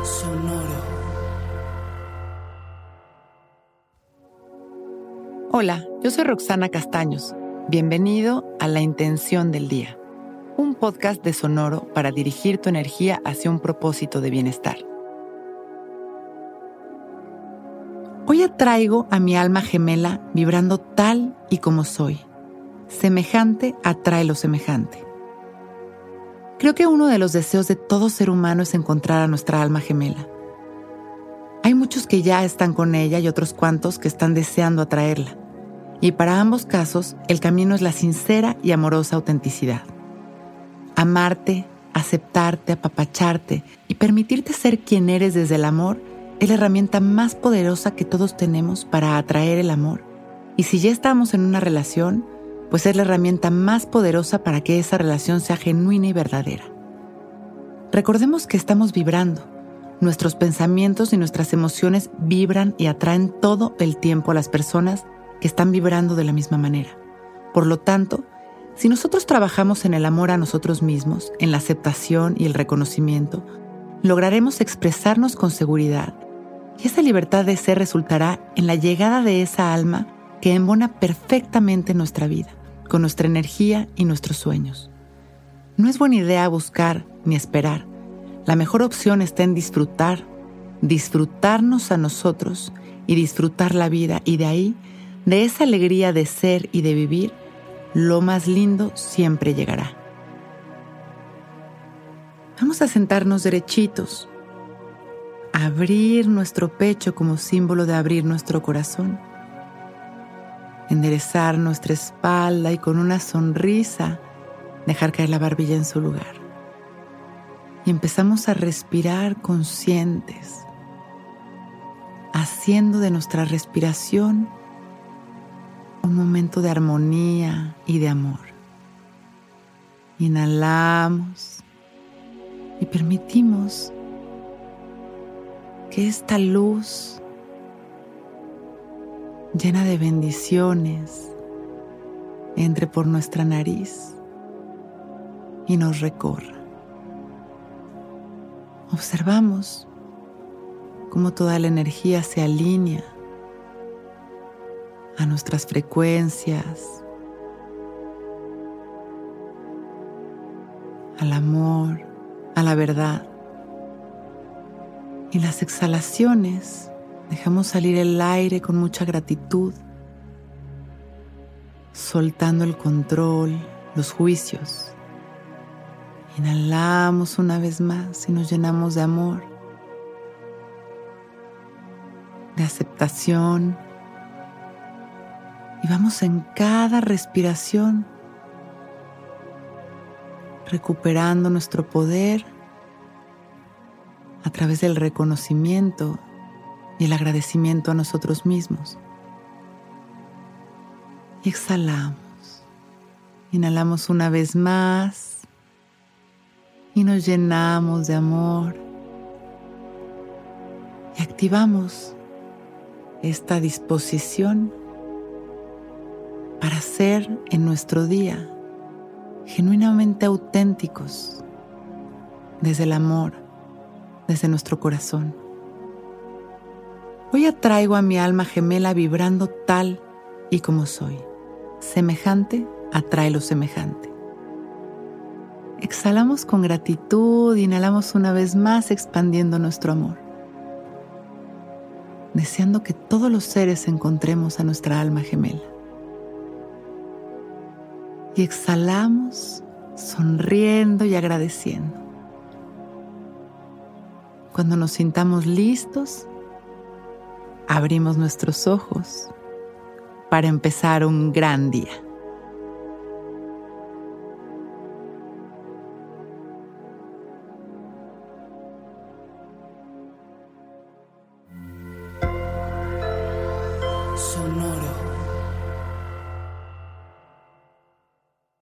Sonoro. Hola, yo soy Roxana Castaños. Bienvenido a La Intención del Día, un podcast de Sonoro para dirigir tu energía hacia un propósito de bienestar. Hoy atraigo a mi alma gemela vibrando tal y como soy. Semejante atrae lo semejante. Creo que uno de los deseos de todo ser humano es encontrar a nuestra alma gemela. Hay muchos que ya están con ella y otros cuantos que están deseando atraerla. Y para ambos casos, el camino es la sincera y amorosa autenticidad. Amarte, aceptarte, apapacharte y permitirte ser quien eres desde el amor es la herramienta más poderosa que todos tenemos para atraer el amor. Y si ya estamos en una relación, pues es la herramienta más poderosa para que esa relación sea genuina y verdadera. Recordemos que estamos vibrando. Nuestros pensamientos y nuestras emociones vibran y atraen todo el tiempo a las personas que están vibrando de la misma manera. Por lo tanto, si nosotros trabajamos en el amor a nosotros mismos, en la aceptación y el reconocimiento, lograremos expresarnos con seguridad y esa libertad de ser resultará en la llegada de esa alma que embona perfectamente nuestra vida, con nuestra energía y nuestros sueños. No es buena idea buscar ni esperar. La mejor opción está en disfrutarnos a nosotros y disfrutar la vida, y de ahí, de esa alegría de ser y de vivir, lo más lindo siempre llegará. Vamos a sentarnos derechitos, abrir nuestro pecho como símbolo de abrir nuestro corazón, enderezar nuestra espalda y con una sonrisa dejar caer la barbilla en su lugar. Y empezamos a respirar conscientes, haciendo de nuestra respiración un momento de armonía y de amor. Inhalamos y permitimos que esta luz llena de bendiciones entre por nuestra nariz y nos recorra. Observamos cómo toda la energía se alinea a nuestras frecuencias, al amor, a la verdad. Y las exhalaciones dejamos salir el aire con mucha gratitud, soltando el control, los juicios. Inhalamos una vez más y nos llenamos de amor, de aceptación. Y vamos en cada respiración recuperando nuestro poder a través del reconocimiento y el agradecimiento a nosotros mismos. Y exhalamos. Inhalamos una vez más y nos llenamos de amor. Y activamos esta disposición para ser en nuestro día genuinamente auténticos desde el amor, desde nuestro corazón. Hoy atraigo a mi alma gemela vibrando tal y como soy. Semejante atrae lo semejante. Exhalamos con gratitud, inhalamos una vez más expandiendo nuestro amor, deseando que todos los seres encontremos a nuestra alma gemela. Y exhalamos sonriendo y agradeciendo. Cuando nos sintamos listos, abrimos nuestros ojos para empezar un gran día.